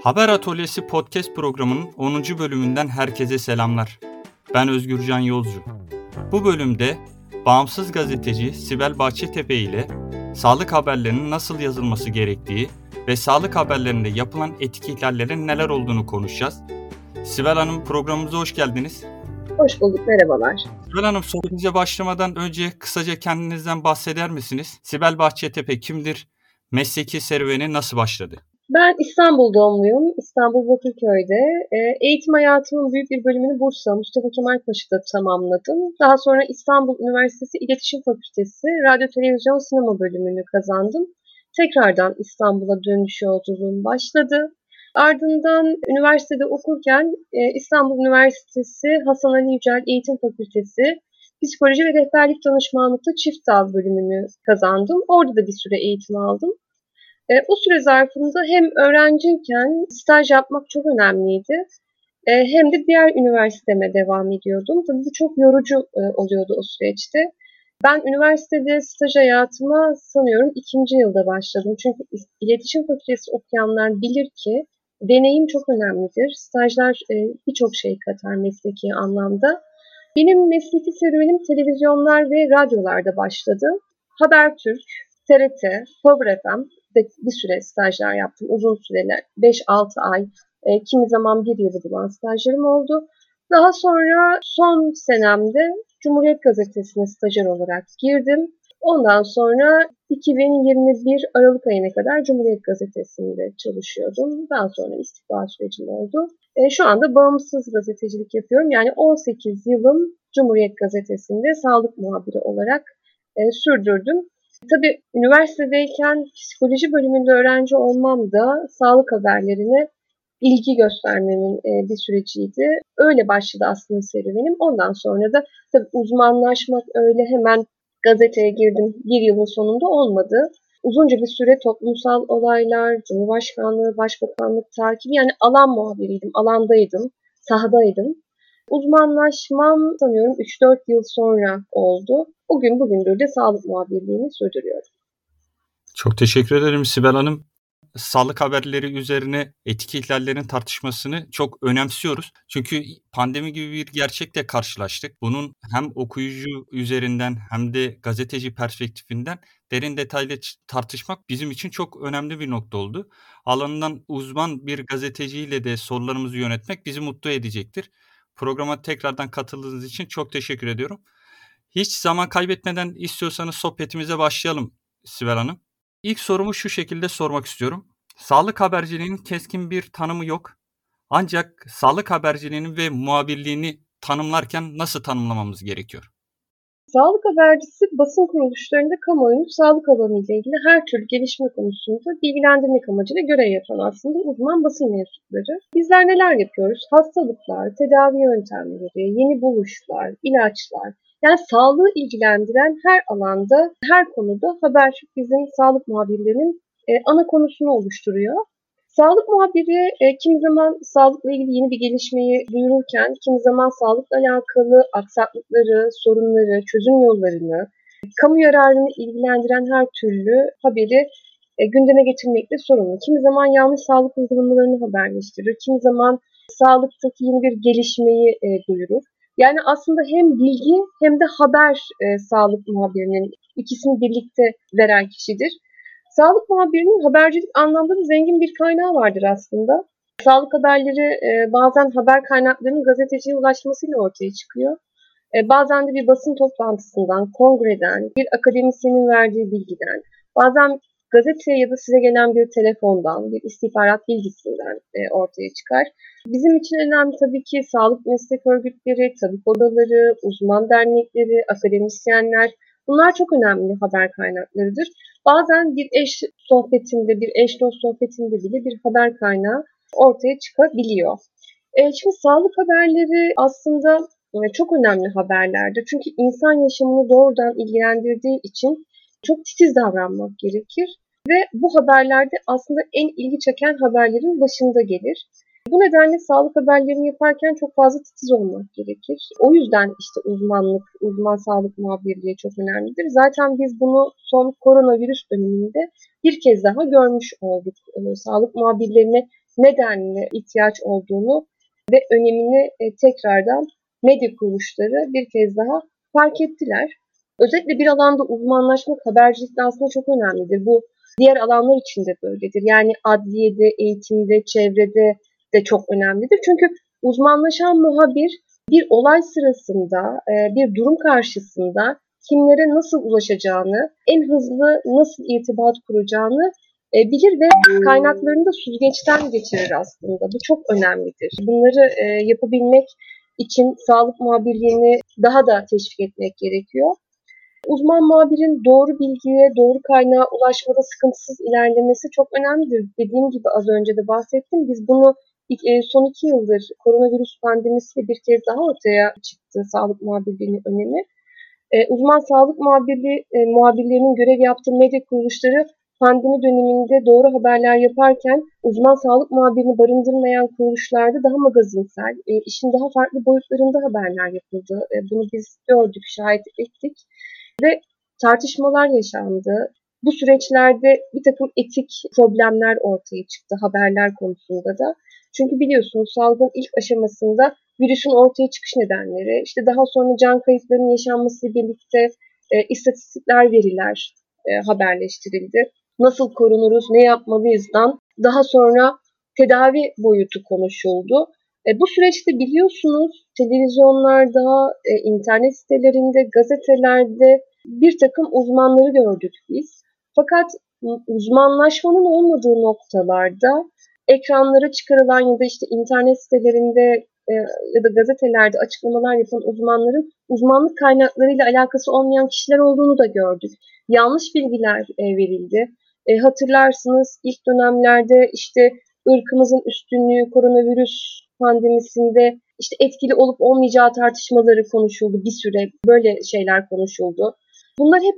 Haber Atölyesi podcast programının 10. bölümünden herkese selamlar. Ben Özgürcan Yolcu. Bu bölümde bağımsız gazeteci Sibel Bahçetepe ile sağlık haberlerinin nasıl yazılması gerektiği ve sağlık haberlerinde yapılan etik ihlallerin neler olduğunu konuşacağız. Sibel Hanım, programımıza hoş geldiniz. Hoş bulduk, merhabalar. Sibel Hanım, sohbetimize başlamadan önce kısaca kendinizden bahseder misiniz? Sibel Bahçetepe kimdir? Mesleki serüveni nasıl başladı? Ben İstanbul doğumluyum. İstanbul Bakırköy'de. Eğitim hayatımın büyük bir bölümünü Bursa, Mustafa Kemal Paşa'da tamamladım. Daha sonra İstanbul Üniversitesi İletişim Fakültesi Radyo Televizyon Sinema bölümünü kazandım. Tekrardan İstanbul'a dönüş yolculuğum başladı. Ardından üniversitede okurken İstanbul Üniversitesi Hasan Ali Yücel Eğitim Fakültesi Psikoloji ve Rehberlik Danışmanlıkta Çift Dal bölümünü kazandım. Orada da bir süre eğitim aldım. O süre zarfında hem öğrenciyken staj yapmak çok önemliydi. Hem de diğer üniversiteme devam ediyordum. Tabii bu çok yorucu oluyordu o süreçte. Ben üniversitede staj hayatıma sanıyorum 2. yılda başladım. Çünkü iletişim fakültesi okuyanlar bilir ki deneyim çok önemlidir. Stajlar birçok şey katar mesleki anlamda. Benim mesleki serüvenim televizyonlar ve radyolarda başladı. Habertürk, TRT, Power FM bir süre stajlar yaptım. Uzun süreler, 5-6 ay, kimi zaman 1 yılı bulan stajlarım oldu. Daha sonra son senemde Cumhuriyet Gazetesi'ne stajyer olarak girdim. Ondan sonra 2021 Aralık ayına kadar Cumhuriyet Gazetesi'nde çalışıyordum. Daha sonra istifa sürecim oldu. Şu anda bağımsız gazetecilik yapıyorum. Yani 18 yılım Cumhuriyet Gazetesi'nde sağlık muhabiri olarak sürdürdüm. Tabii üniversitedeyken psikoloji bölümünde öğrenci olmam da sağlık haberlerine ilgi göstermemin bir süreciydi. Öyle başladı aslında serüvenim. Ondan sonra da tabii uzmanlaşmak öyle hemen gazeteye girdim 1 yılın sonunda olmadı. Uzunca bir süre toplumsal olaylar, Cumhurbaşkanlığı, Başbakanlık takibi, yani alan muhabiriydim, alandaydım, sahadaydım. Uzmanlaşmam sanıyorum 3-4 yıl sonra oldu. Bugündür de sağlık muhabirliğini sürdürüyorum. Çok teşekkür ederim Sibel Hanım. Sağlık haberleri üzerine etik ihlallerin tartışmasını çok önemsiyoruz. Çünkü pandemi gibi bir gerçekle karşılaştık. Bunun hem okuyucu üzerinden hem de gazeteci perspektifinden derin detaylı tartışmak bizim için çok önemli bir nokta oldu. Alanından uzman bir gazeteciyle de sorularımızı yönetmek bizi mutlu edecektir. Programa tekrardan katıldığınız için çok teşekkür ediyorum. Hiç zaman kaybetmeden istiyorsanız sohbetimize başlayalım Sibel Hanım. İlk sorumu şu şekilde sormak istiyorum. Sağlık haberciliğinin keskin bir tanımı yok. Ancak sağlık haberciliğini ve muhabirliğini tanımlarken nasıl tanımlamamız gerekiyor? Sağlık habercisi basın kuruluşlarında kamuoyunu sağlık alanı ile ilgili her türlü gelişme konusunda bilgilendirmek amacıyla görev yapan aslında uzman basın mensupları. Bizler neler yapıyoruz? Hastalıklar, tedavi yöntemleri, yeni buluşlar, ilaçlar, yani sağlığı ilgilendiren her alanda, her konuda haber bizim sağlık muhabirlerinin ana konusunu oluşturuyor. Sağlık muhabiri kimi zaman sağlıkla ilgili yeni bir gelişmeyi duyururken, kimi zaman sağlıkla alakalı aksaklıkları, sorunları, çözüm yollarını, kamu yararını ilgilendiren her türlü haberi gündeme getirmekle sorumlu. Kimi zaman yanlış sağlık uygulamalarını haberleştirir, kimi zaman sağlıktaki yeni bir gelişmeyi duyurur. Yani aslında hem bilgi hem de haber sağlık muhabirinin ikisini birlikte veren kişidir. Sağlık muhabirinin habercilik anlamda da zengin bir kaynağı vardır aslında. Sağlık haberleri bazen haber kaynaklarının gazeteciye ulaşmasıyla ortaya çıkıyor. Bazen de bir basın toplantısından, kongreden, bir akademisyenin verdiği bilgiden, bazen gazeteye ya da size gelen bir telefondan, bir istihbarat bilgisinden ortaya çıkar. Bizim için önemli tabii ki sağlık meslek örgütleri, tabip odaları, uzman dernekleri, akademisyenler. Bunlar çok önemli haber kaynaklarıdır. Bazen bir eş sohbetinde, bir eş dost sohbetinde bile bir haber kaynağı ortaya çıkabiliyor. Şimdi sağlık haberleri aslında çok önemli haberlerdir. Çünkü insan yaşamını doğrudan ilgilendirdiği için çok titiz davranmak gerekir. Ve bu haberlerde aslında en ilgi çeken haberlerin başında gelir. Bu nedenle sağlık haberlerini yaparken çok fazla titiz olmak gerekir. O yüzden işte uzman sağlık muhabirliği çok önemlidir. Zaten biz bunu son koronavirüs döneminde bir kez daha görmüş olduk. Sağlık muhabirlerine nedenli ihtiyaç olduğunu ve önemini tekrardan medya kuruluşları bir kez daha fark ettiler. Özellikle bir alanda uzmanlaşmak habercilikte aslında çok önemlidir. Bu diğer alanlar için de böyledir. Yani adliyede, eğitimde, çevrede de çok önemlidir. Çünkü uzmanlaşan muhabir bir olay sırasında, bir durum karşısında kimlere nasıl ulaşacağını, en hızlı nasıl irtibat kuracağını bilir ve kaynaklarını da süzgeçten geçirir aslında. Bu çok önemlidir. Bunları yapabilmek için sağlık muhabirliğini daha da teşvik etmek gerekiyor. Uzman muhabirin doğru bilgiye, doğru kaynağa ulaşmada sıkıntısız ilerlemesi çok önemlidir. Dediğim gibi az önce de bahsettim. Biz bunu son 2 yıldır koronavirüs pandemisiyle bir kez daha ortaya çıktı sağlık muhabirliğinin önemi. Uzman sağlık muhabirlerinin görev yaptığı medya kuruluşları pandemi döneminde doğru haberler yaparken uzman sağlık muhabirini barındırmayan kuruluşlarda daha magazinsel, işin daha farklı boyutlarında haberler yapıldı. Bunu biz gördük, şahit ettik ve tartışmalar yaşandı. Bu süreçlerde bir takım etik problemler ortaya çıktı haberler konusunda da. Çünkü biliyorsunuz salgın ilk aşamasında virüsün ortaya çıkış nedenleri, işte daha sonra can kayıplarının yaşanmasıyla birlikte istatistikler, veriler haberleştirildi. Nasıl korunuruz, ne yapmalıyızdan daha sonra tedavi boyutu konuşuldu. Bu süreçte biliyorsunuz televizyonlarda, internet sitelerinde, gazetelerde bir takım uzmanları gördük biz. Fakat uzmanlaşmanın olmadığı noktalarda ekranlara çıkarılan ya da işte internet sitelerinde ya da gazetelerde açıklamalar yapan uzmanların uzmanlık kaynaklarıyla alakası olmayan kişiler olduğunu da gördük. Yanlış bilgiler verildi. Hatırlarsınız ilk dönemlerde işte ırkımızın üstünlüğü koronavirüs pandemisinde işte etkili olup olmayacağı tartışmaları konuşuldu. Bir süre böyle şeyler konuşuldu. Bunlar hep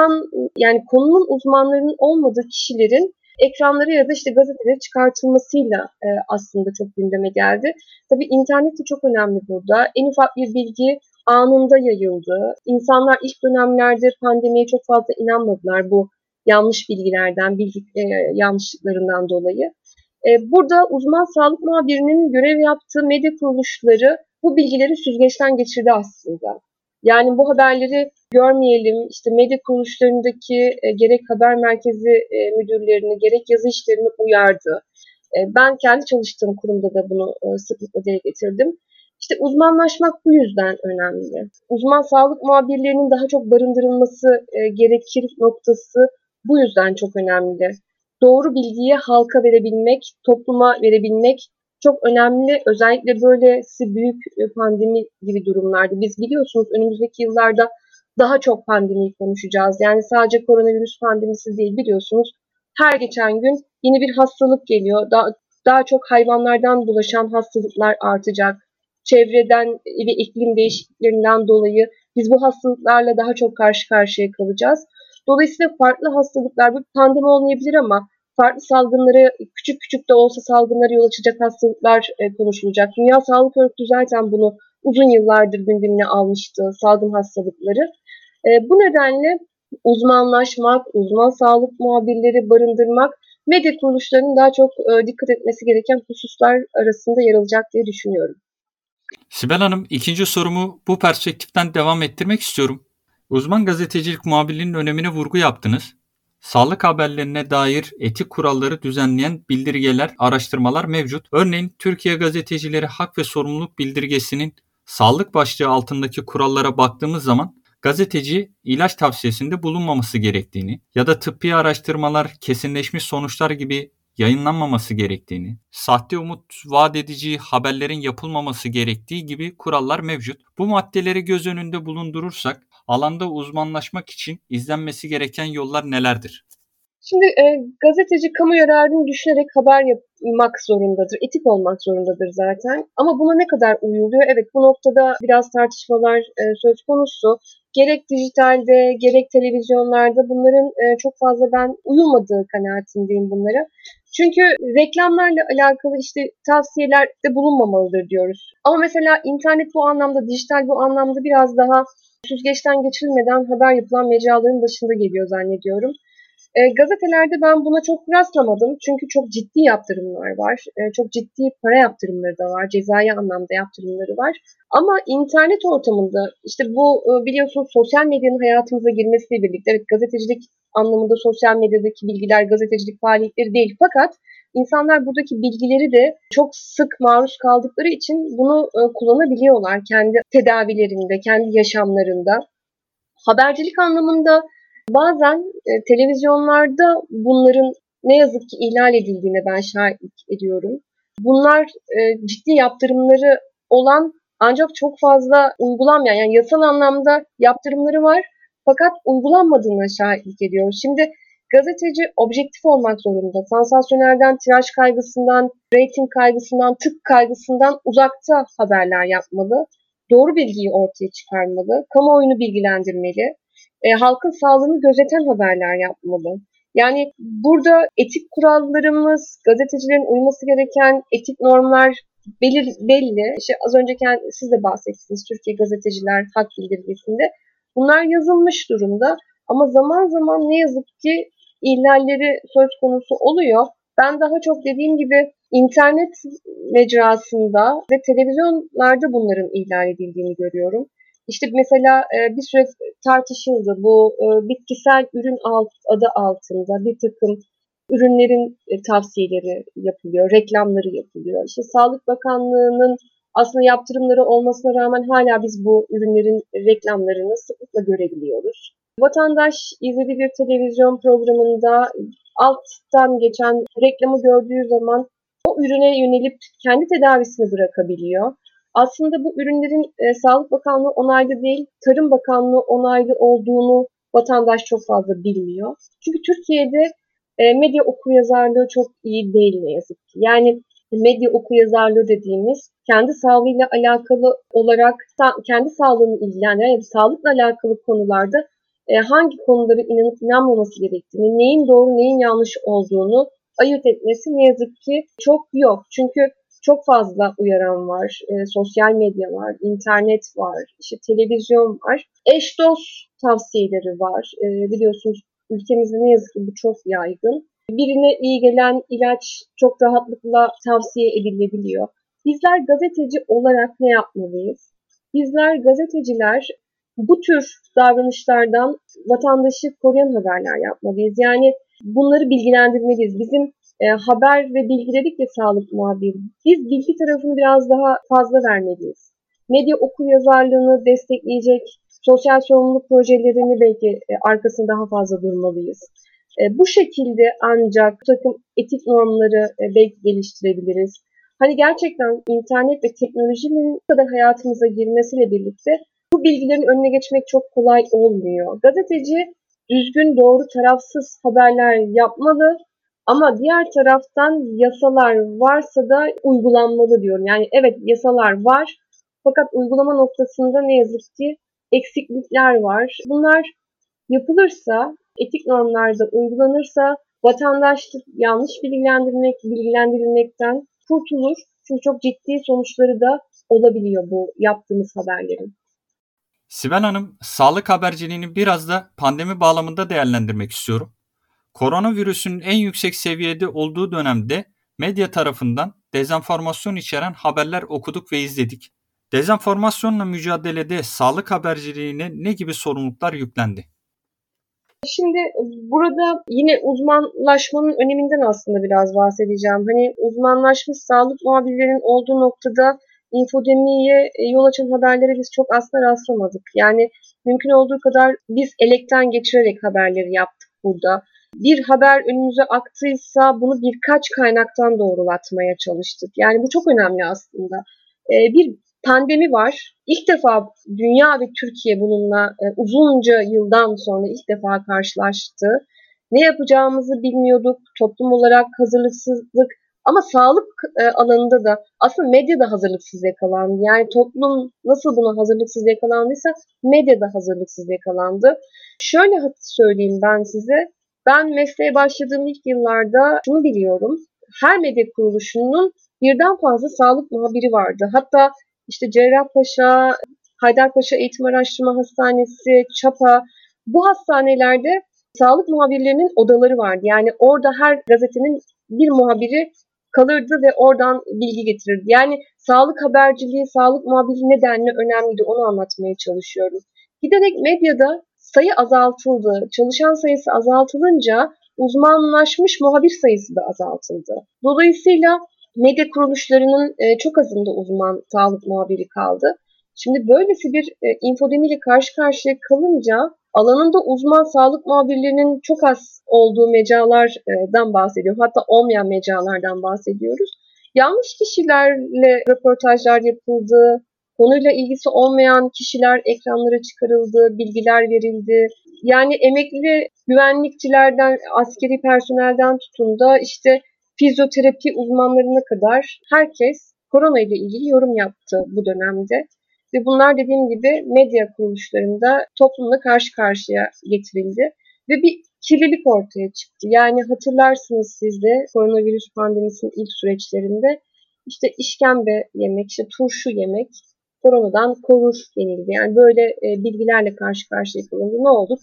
yani konunun uzmanlarının olmadığı kişilerin ekranlara ya da işte gazetelere çıkartılmasıyla aslında çok gündeme geldi. Tabii internet de çok önemli burada. En ufak bir bilgi anında yayıldı. İnsanlar ilk dönemlerde pandemiye çok fazla inanmadılar bu yanlış bilgilerden, bilgi yanlışlıklarından dolayı. Burada uzman sağlık muhabirinin görev yaptığı medya kuruluşları bu bilgileri süzgeçten geçirdi aslında. Yani bu haberleri görmeyelim, işte medya kuruluşlarındaki gerek haber merkezi müdürlerini, gerek yazı işlerini uyardı. Ben kendi çalıştığım kurumda da bunu sıklıkla dile getirdim. İşte uzmanlaşmak bu yüzden önemli. Uzman sağlık muhabirlerinin daha çok barındırılması gerekir noktası bu yüzden çok önemli. Doğru bilgiyi halka verebilmek, topluma verebilmek çok önemli. Özellikle böylesi büyük pandemi gibi durumlarda. Biz biliyorsunuz önümüzdeki yıllarda daha çok pandemiyi konuşacağız. Yani sadece koronavirüs pandemisi değil biliyorsunuz. Her geçen gün yeni bir hastalık geliyor. Daha çok hayvanlardan bulaşan hastalıklar artacak. Çevreden ve iklim değişikliklerinden dolayı biz bu hastalıklarla daha çok karşı karşıya kalacağız. Dolayısıyla farklı hastalıklar, bu pandemi olmayabilir ama farklı salgınları, küçük küçük de olsa salgınlara yol açacak hastalıklar konuşulacak. Dünya Sağlık Örgütü zaten bunu uzun yıllardır gündemine almıştı, salgın hastalıkları. Bu nedenle uzmanlaşmak, uzman sağlık muhabirleri barındırmak, medya kuruluşlarının daha çok dikkat etmesi gereken hususlar arasında yer alacak diye düşünüyorum. Sibel Hanım, ikinci sorumu bu perspektiften devam ettirmek istiyorum. Uzman gazetecilik muhabirliğinin önemine vurgu yaptınız. Sağlık haberlerine dair etik kuralları düzenleyen bildirgeler, araştırmalar mevcut. Örneğin Türkiye Gazetecileri Hak ve Sorumluluk Bildirgesi'nin sağlık başlığı altındaki kurallara baktığımız zaman gazeteci ilaç tavsiyesinde bulunmaması gerektiğini ya da tıbbi araştırmalar, kesinleşmiş sonuçlar gibi yayınlanmaması gerektiğini, sahte umut vaat edici haberlerin yapılmaması gerektiği gibi kurallar mevcut. Bu maddeleri göz önünde bulundurursak alanda uzmanlaşmak için izlenmesi gereken yollar nelerdir? Şimdi gazeteci kamu yararını düşünerek haber yapmak zorundadır. Etik olmak zorundadır zaten. Ama buna ne kadar uyuluyor? Evet, bu noktada biraz tartışmalar söz konusu. Gerek dijitalde gerek televizyonlarda bunların çok fazla ben uyulmadığı kanaatindeyim bunlara. Çünkü reklamlarla alakalı işte tavsiyelerde bulunmamalıdır diyoruz. Ama mesela internet bu anlamda, dijital bu anlamda biraz daha süzgeçten geçirilmeden haber yapılan mecraların başında geliyor zannediyorum. Gazetelerde ben buna çok rastlamadım. Çünkü çok ciddi yaptırımlar var. Çok ciddi para yaptırımları da var. Cezai anlamda yaptırımları var. Ama internet ortamında işte bu biliyorsunuz sosyal medyanın hayatımıza girmesiyle birlikte evet gazetecilik anlamında sosyal medyadaki bilgiler gazetecilik faaliyetleri değil. Fakat insanlar buradaki bilgileri de çok sık maruz kaldıkları için bunu kullanabiliyorlar kendi tedavilerinde, kendi yaşamlarında. Habercilik anlamında bazen televizyonlarda bunların ne yazık ki ihlal edildiğine ben şahitlik ediyorum. Bunlar ciddi yaptırımları olan ancak çok fazla uygulanmayan yani yasal anlamda yaptırımları var fakat uygulanmadığına şahitlik ediyoruz. Şimdi gazeteci objektif olmak zorunda. Sansasyonelden, tiraj kaygısından, reyting kaygısından, tık kaygısından uzakta haberler yapmalı. Doğru bilgiyi ortaya çıkarmalı. Kamuoyunu bilgilendirmeli. Halkın sağlığını gözeten haberler yapmalı. Yani burada etik kurallarımız, gazetecilerin uyması gereken etik normlar belli. İşte az önce siz de bahsettiniz Türkiye Gazeteciler Hak Bildirgesi'nde. Bunlar yazılmış durumda ama zaman zaman ne yazık ki ihlalleri söz konusu oluyor. Ben daha çok dediğim gibi internet mecrasında ve televizyonlarda bunların ihlal edildiğini görüyorum. İşte mesela bir süre tartışıldı bu bitkisel ürün adı altında bir takım ürünlerin tavsiyeleri yapılıyor, reklamları yapılıyor. İşte Sağlık Bakanlığı'nın aslında yaptırımları olmasına rağmen hala biz bu ürünlerin reklamlarını sıklıkla görebiliyoruz. Vatandaş izlediği bir televizyon programında alttan geçen reklamı gördüğü zaman o ürüne yönelip kendi tedavisini bırakabiliyor. Aslında bu ürünlerin Sağlık Bakanlığı onaylı değil, Tarım Bakanlığı onaylı olduğunu vatandaş çok fazla bilmiyor. Çünkü Türkiye'de medya okuryazarlığı çok iyi değil ne yazık ki. Yani medya okuryazarlığı dediğimiz kendi sağlığıyla alakalı olarak kendi sağlığını ilgilendiren yani sağlıkla alakalı konularda hangi konuları inanıp inanmaması gerektiğini, neyin doğru neyin yanlış olduğunu ayırt etmesi ne yazık ki çok yok. Çünkü çok fazla uyaran var. Sosyal medya var, internet var, işte televizyon var. Eş dost tavsiyeleri var. Biliyorsunuz ülkemizde ne yazık ki bu çok yaygın. Birine iyi gelen ilaç çok rahatlıkla tavsiye edilebiliyor. Bizler gazeteci olarak ne yapmalıyız? Bizler gazeteciler bu tür davranışlardan vatandaşı koruyan haberler yapmalıyız. Yani bunları bilgilendirmeliyiz. Bizim haber ve bilgi dedik ya sağlık muhabiri. Biz bilgi tarafını biraz daha fazla vermeliyiz. Medya okuryazarlığını destekleyecek sosyal sorumluluk projelerini belki arkasında daha fazla durmalıyız. Bu şekilde ancak bu takım etik normları belki geliştirebiliriz. Hani gerçekten internet ve teknolojinin bu kadar hayatımıza girmesiyle birlikte bu bilgilerin önüne geçmek çok kolay olmuyor. Gazeteci düzgün, doğru, tarafsız haberler yapmalı. Ama diğer taraftan yasalar varsa da uygulanmalı diyorum. Yani evet yasalar var fakat uygulama noktasında ne yazık ki eksiklikler var. Bunlar yapılırsa, etik normlarda uygulanırsa vatandaş yanlış bilgilendirilmekten kurtulur. Çünkü çok ciddi sonuçları da olabiliyor bu yaptığımız haberlerin. Sibel Hanım, sağlık haberciliğini biraz da pandemi bağlamında değerlendirmek istiyorum. Koronavirüsün en yüksek seviyede olduğu dönemde medya tarafından dezenformasyon içeren haberler okuduk ve izledik. Dezenformasyonla mücadelede sağlık haberciliğine ne gibi sorumluluklar yüklendi? Şimdi burada yine uzmanlaşmanın öneminden aslında biraz bahsedeceğim. Hani uzmanlaşmış sağlık muhabirlerinin olduğu noktada infodemiye yol açan haberlere biz çok aslında rastlamadık. Yani mümkün olduğu kadar biz elekten geçirerek haberleri yaptık burada. Bir haber önümüze aktıysa bunu birkaç kaynaktan doğrulatmaya çalıştık. Yani bu çok önemli aslında. Bir pandemi var. İlk defa dünya ve Türkiye bununla uzunca yıldan sonra ilk defa karşılaştı. Ne yapacağımızı bilmiyorduk. Toplum olarak hazırlıksızlık ama sağlık alanında da aslında medya da hazırlıksız yakalandı. Yani toplum nasıl buna hazırlıksız yakalandıysa medya da hazırlıksız yakalandı. Şöyle söyleyeyim ben size. Ben mesleğe başladığım ilk yıllarda şunu biliyorum. Her medya kuruluşunun birden fazla sağlık muhabiri vardı. Hatta işte Cerrahpaşa, Haydarpaşa Eğitim Araştırma Hastanesi, ÇAPA bu hastanelerde sağlık muhabirlerinin odaları vardı. Yani orada her gazetenin bir muhabiri kalırdı ve oradan bilgi getirirdi. Yani sağlık haberciliği, sağlık muhabirliği nedenle önemliydi, onu anlatmaya çalışıyorum. Giderek medyada sayı azaltıldı. Çalışan sayısı azaltılınca uzmanlaşmış muhabir sayısı da azaltıldı. Dolayısıyla medya kuruluşlarının çok azında uzman sağlık muhabiri kaldı. Şimdi böylesi bir infodemiyle karşı karşıya kalınca alanında uzman sağlık muhabirlerinin çok az olduğu mecralardan bahsediyorum. Hatta olmayan mecralardan bahsediyoruz. Yanlış kişilerle röportajlar yapıldı. Konuyla ilgisi olmayan kişiler ekranlara çıkarıldı, bilgiler verildi. Yani emekli güvenlikçilerden, askeri personelden tutun da işte fizyoterapi uzmanlarına kadar herkes korona ile ilgili yorum yaptı bu dönemde. Ve bunlar dediğim gibi medya kuruluşlarında toplumla karşı karşıya getirildi. Ve bir kirlilik ortaya çıktı. Yani hatırlarsınız siz de koronavirüs pandemisinin ilk süreçlerinde işte işkembe yemek, işte turşu yemek koronadan korur denildi. Yani böyle bilgilerle karşı karşıya kalındı. Ne oldu?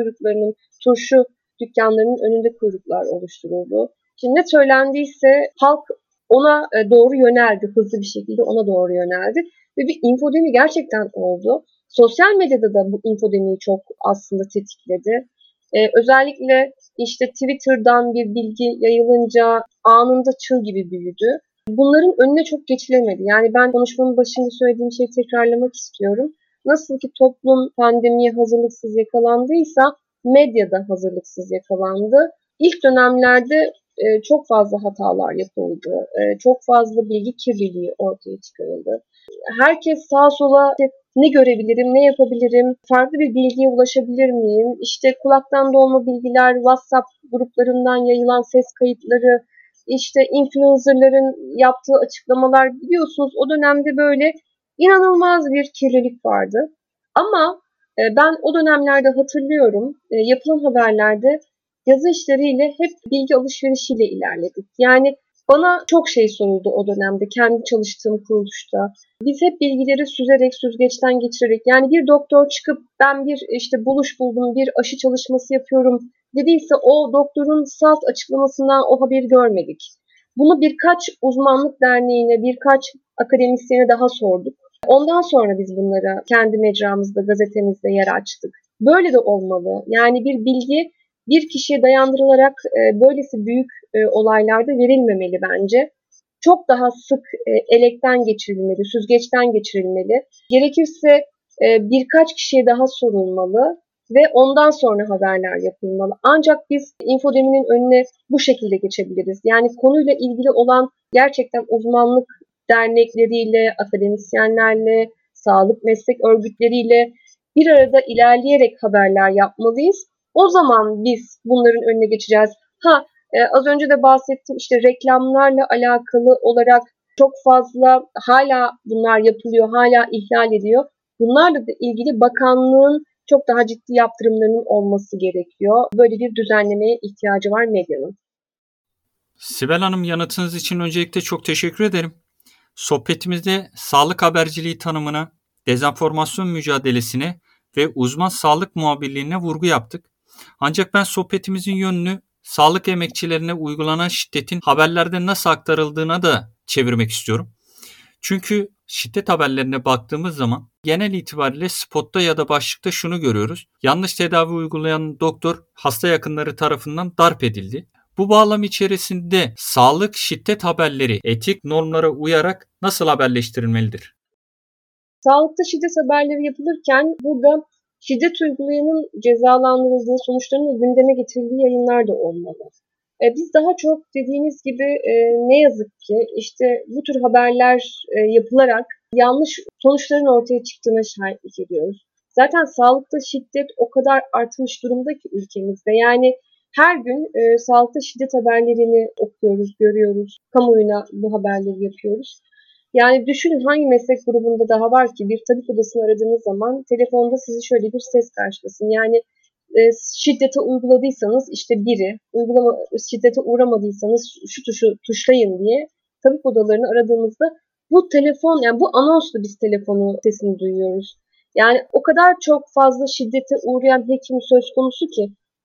Turşu dükkanlarının önünde kuyruklar oluşturuldu. Şimdi ne söylendiyse halk ona doğru yöneldi. Hızlı bir şekilde ona doğru yöneldi. Ve bir infodemi gerçekten oldu. Sosyal medyada da bu infodemiyi çok aslında tetikledi. Özellikle işte Twitter'dan bir bilgi yayılınca anında çığ gibi büyüdü. Bunların önüne çok geçilemedi. Yani ben konuşmamın başında söylediğim şeyi tekrarlamak istiyorum. Nasıl ki toplum pandemiye hazırlıksız yakalandıysa medya da hazırlıksız yakalandı. İlk dönemlerde çok fazla hatalar yapıldı. Çok fazla bilgi kirliliği ortaya çıkarıldı. Herkes sağa sola ne görebilirim, ne yapabilirim, farklı bir bilgiye ulaşabilir miyim? İşte kulaktan dolma bilgiler, WhatsApp gruplarından yayılan ses kayıtları, işte influencerların yaptığı açıklamalar, biliyorsunuz o dönemde böyle inanılmaz bir kirlilik vardı. Ama ben o dönemlerde hatırlıyorum, yapılan haberlerde yazı işleriyle hep bilgi alışverişiyle ilerledik. Yani bana çok şey soruldu o dönemde kendi çalıştığım kuruluşta. Biz hep bilgileri süzerek, süzgeçten geçirerek, yani bir doktor çıkıp ben bir işte buluş buldum, bir aşı çalışması yapıyorum dediyse o doktorun salt açıklamasından o haberi görmedik. Bunu birkaç uzmanlık derneğine, birkaç akademisyene daha sorduk. Ondan sonra biz bunlara kendi mecramızda, gazetemizde yer açtık. Böyle de olmalı. Yani bir bilgi bir kişiye dayandırılarak böylesi büyük olaylarda verilmemeli bence. Çok daha sık elekten geçirilmeli, süzgeçten geçirilmeli. Gerekirse birkaç kişiye daha sorulmalı ve ondan sonra haberler yapılmalı. Ancak biz infodeminin önüne bu şekilde geçebiliriz. Yani konuyla ilgili olan gerçekten uzmanlık dernekleriyle, akademisyenlerle, sağlık meslek örgütleriyle bir arada ilerleyerek haberler yapmalıyız. O zaman biz bunların önüne geçeceğiz. Az önce de bahsettim, işte reklamlarla alakalı olarak çok fazla hala bunlar yapılıyor, hala ihlal ediyor. Bunlarla da ilgili bakanlığın çok daha ciddi yaptırımlarının olması gerekiyor. Böyle bir düzenlemeye ihtiyacı var medyanın. Sibel Hanım, yanıtınız için öncelikle çok teşekkür ederim. Sohbetimizde sağlık haberciliği tanımına, dezenformasyon mücadelesine ve uzman sağlık muhabirliğine vurgu yaptık. Ancak ben sohbetimizin yönünü sağlık emekçilerine uygulanan şiddetin haberlerde nasıl aktarıldığına da çevirmek istiyorum. Çünkü şiddet haberlerine baktığımız zaman genel itibariyle spotta ya da başlıkta şunu görüyoruz. Yanlış tedavi uygulayan doktor hasta yakınları tarafından darp edildi. Bu bağlam içerisinde sağlık şiddet haberleri etik normlara uyarak nasıl haberleştirilmelidir? Sağlıkta şiddet haberleri yapılırken burada şiddet uygulayanın cezalandırıldığı, sonuçlarının gündeme getirildiği yayınlar da olmalı. Biz daha çok dediğiniz gibi ne yazık ki işte bu tür haberler yapılarak yanlış sonuçların ortaya çıktığına şahitlik ediyoruz. Zaten sağlıkta şiddet o kadar artmış durumda ki ülkemizde. Yani her gün sağlıkta şiddet haberlerini okuyoruz, görüyoruz. Kamuoyuna bu haberleri yapıyoruz. Yani düşünün hangi meslek grubunda daha var ki bir tabip odasını aradığınız zaman telefonda sizi şöyle bir ses karşılasın. Yani şiddete uyguladıysanız işte biri, şiddete uğramadıysanız şu tuşu tuşlayın diye tabip odalarını aradığımızda bu telefon, yani bu anonsla biz telefonu sesini duyuyoruz. Yani o kadar çok fazla şiddete uğrayan hekim söz konusu ki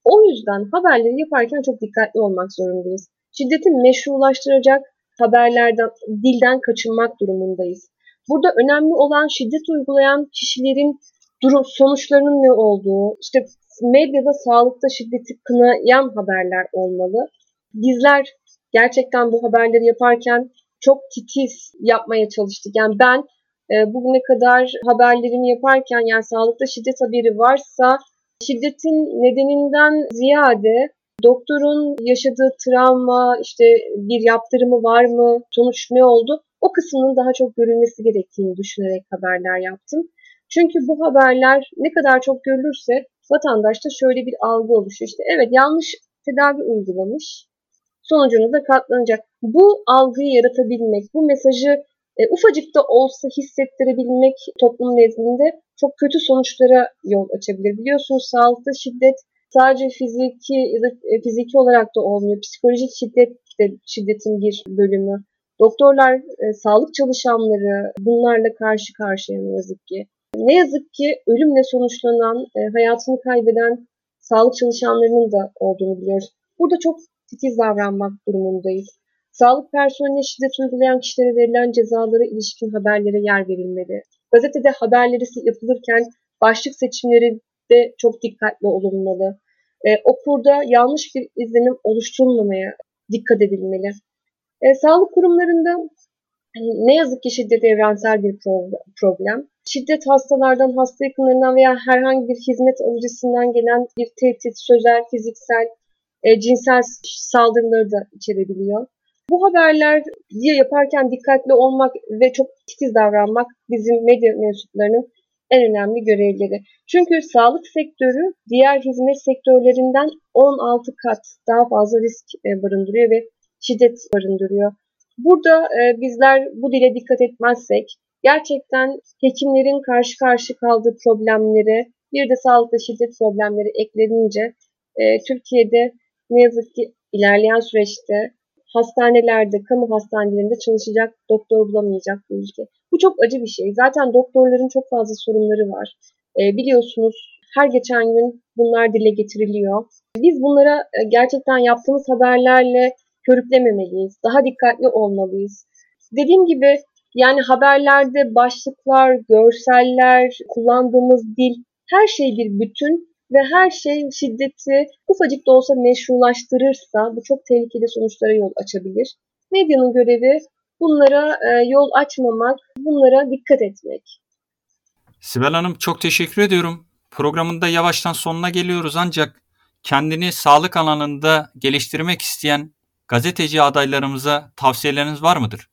O yüzden haberleri yaparken çok dikkatli olmak zorundayız. Şiddeti meşrulaştıracak haberlerden, dilden kaçınmak durumundayız. Burada önemli olan şiddet uygulayan kişilerin sonuçlarının ne olduğu, işte medyada sağlıkta şiddeti kınayan haberler olmalı. Bizler gerçekten bu haberleri yaparken çok titiz yapmaya çalıştık. Yani ben bugüne kadar haberlerimi yaparken yani sağlıkta şiddet haberi varsa şiddetin nedeninden ziyade doktorun yaşadığı travma, işte bir yaptırımı var mı, sonuç ne oldu? O kısmının daha çok görülmesi gerektiğini düşünerek haberler yaptım. Çünkü bu haberler ne kadar çok görülürse vatandaşta şöyle bir algı oluşuyor. İşte evet yanlış tedavi uygulamış, sonucuna da katlanacak. Bu algıyı yaratabilmek, bu mesajı ufacık da olsa hissettirebilmek toplum nezdinde çok kötü sonuçlara yol açabilir. Biliyorsunuz sağlıkta şiddet sadece fiziki ya da fiziki olarak da olmuyor. Psikolojik şiddet de şiddetin bir bölümü. Doktorlar, sağlık çalışanları bunlarla karşı karşıya ne yazık ki. Ne yazık ki ölümle sonuçlanan, hayatını kaybeden sağlık çalışanlarının da olduğunu biliyoruz. Burada çok titiz davranmak durumundayız. Sağlık personeline şiddet uygulayan kişilere verilen cezalara ilişkin haberlere yer verilmeli. Gazetede haberleri yapılırken başlık seçimleri de çok dikkatli olunmalı. Okurda yanlış bir izlenim oluşturulmamaya dikkat edilmeli. Sağlık kurumlarında ne yazık ki şiddet evrensel bir problem. Şiddet hastalardan, hasta yakınlarından veya herhangi bir hizmet alıcısından gelen bir tehdit, sözel, fiziksel, cinsel saldırıları da içerebiliyor. Bu haberler yaparken dikkatli olmak ve çok titiz davranmak bizim medya mensuplarının en önemli görevleri. Çünkü sağlık sektörü diğer hizmet sektörlerinden 16 kat daha fazla risk barındırıyor ve şiddet barındırıyor. Burada bizler bu dile dikkat etmezsek gerçekten hekimlerin karşı karşı kaldığı problemlere bir de sağlıkta şiddet problemleri eklenince Türkiye'de ne yazık ki ilerleyen süreçte hastanelerde, kamu hastanelerinde çalışacak doktor bulamayacak bir ülke. Bu çok acı bir şey. Zaten doktorların çok fazla sorunları var. Biliyorsunuz her geçen gün bunlar dile getiriliyor. Biz bunlara gerçekten yaptığımız haberlerle körüklememeliyiz. Daha dikkatli olmalıyız. Dediğim gibi yani haberlerde başlıklar, görseller, kullandığımız dil her şey bir bütün ve her şey şiddeti ufacık da olsa meşrulaştırırsa bu çok tehlikeli sonuçlara yol açabilir. Medyanın görevi bunlara yol açmamak, bunlara dikkat etmek. Sibel Hanım çok teşekkür ediyorum. Programında yavaştan sonuna geliyoruz ancak kendini sağlık alanında geliştirmek isteyen gazeteci adaylarımıza tavsiyeleriniz var mıdır?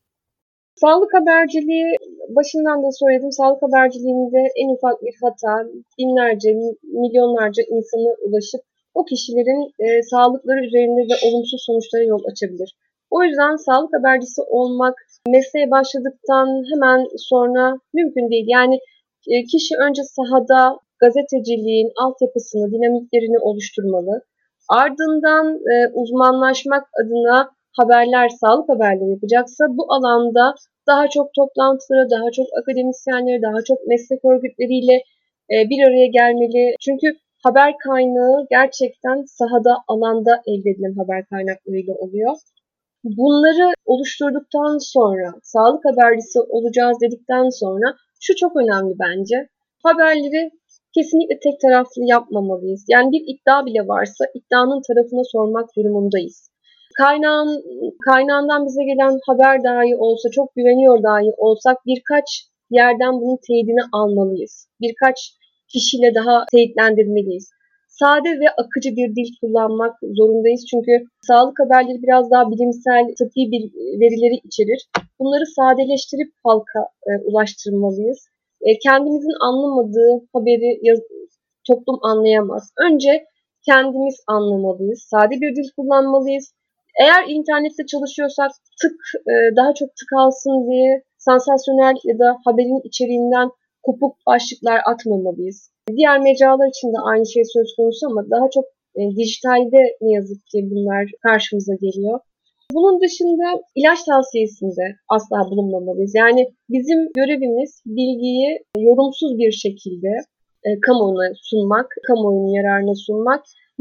Sağlık haberciliği, başından da söyledim, sağlık haberciliğinde en ufak bir hata binlerce, milyonlarca insana ulaşıp o kişilerin sağlıkları üzerinde de olumsuz sonuçlara yol açabilir. O yüzden sağlık habercisi olmak mesleğe başladıktan hemen sonra mümkün değil. Yani kişi önce sahada gazeteciliğin altyapısını, dinamiklerini oluşturmalı. Ardından uzmanlaşmak adına haberler, sağlık haberleri yapacaksa bu alanda daha çok toplantılara, daha çok akademisyenlere, daha çok meslek örgütleriyle bir araya gelmeli. Çünkü haber kaynağı gerçekten sahada, alanda elde edilen haber kaynaklarıyla oluyor. Bunları oluşturduktan sonra, sağlık habercisi olacağız dedikten sonra şu çok önemli bence. Haberleri kesinlikle tek taraflı yapmamalıyız. Yani bir iddia bile varsa iddianın tarafına sormak durumundayız. Kaynağından bize gelen haber dahi olsa, çok güveniyor dahi olsak birkaç yerden bunun teyidini almalıyız. Birkaç kişiyle daha teyitlendirmeliyiz. Sade ve akıcı bir dil kullanmak zorundayız. Çünkü sağlık haberleri biraz daha bilimsel, tıbbi bir verileri içerir. Bunları sadeleştirip halka ulaştırmalıyız. Kendimizin anlamadığı haberi toplum anlayamaz. Önce kendimiz anlamalıyız. Sade bir dil kullanmalıyız. Eğer internette çalışıyorsak daha çok tık alsın diye sansasyonel ya da haberin içeriğinden kopuk başlıklar atmamalıyız. Diğer mecralar için de aynı şey söz konusu ama daha çok dijitalde ne yazık ki bunlar karşımıza geliyor. Bunun dışında ilaç tavsiyesinde asla bulunmamalıyız. Yani bizim görevimiz bilgiyi yorumsuz bir şekilde kamuoyuna sunmak, kamuoyunun yararına sunmak.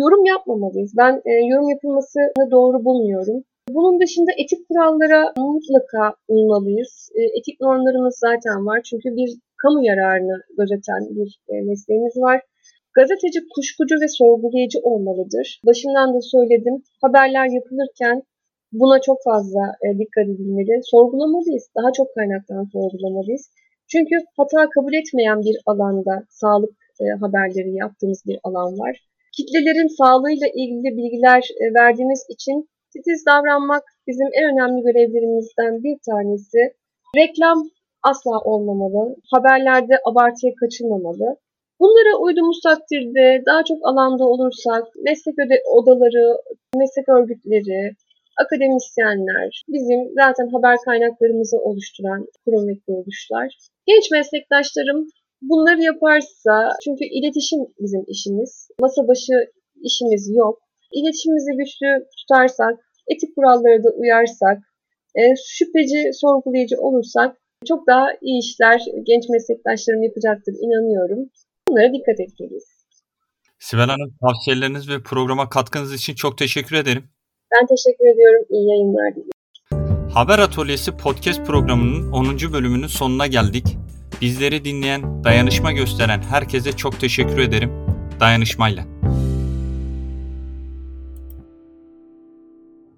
yorum yapmamalıyız. Ben yorum yapılmasını doğru bulmuyorum. Bunun dışında etik kurallara mutlaka uymalıyız. Etik normlarımız zaten var. Çünkü bir kamu yararını gözeten bir mesleğimiz var. Gazeteci kuşkucu ve sorgulayıcı olmalıdır. Başından da söyledim. Haberler yapılırken buna çok fazla dikkat edilmeli. Sorgulamalıyız. Daha çok kaynaktan sorgulamalıyız. Çünkü hata kabul etmeyen bir alanda sağlık haberleri yaptığımız bir alan var. Kitlelerin sağlığıyla ilgili bilgiler verdiğimiz için titiz davranmak bizim en önemli görevlerimizden bir tanesi. Reklam asla olmamalı. Haberlerde abartıya kaçılmamalı. Bunlara uyduğumuz takdirde daha çok alanda olursak meslek odaları, meslek örgütleri, akademisyenler, bizim zaten haber kaynaklarımızı oluşturan kurum ve kuruluşlar. Genç meslektaşlarım bunları yaparsa, çünkü iletişim bizim işimiz, masa başı işimiz yok. İletişimimizi güçlü tutarsak, etik kurallara da uyarsak, şüpheci, sorgulayıcı olursak çok daha iyi işler genç meslektaşlarım yapacaktır, inanıyorum. Bunlara dikkat etmeliyiz. Sibel Hanım, tavsiyeleriniz ve programa katkınız için çok teşekkür ederim. Ben teşekkür ediyorum. İyi yayınlar diliyorum. Haber Atölyesi podcast programının 10. bölümünün sonuna geldik. Bizleri dinleyen, dayanışma gösteren herkese çok teşekkür ederim. Dayanışmayla.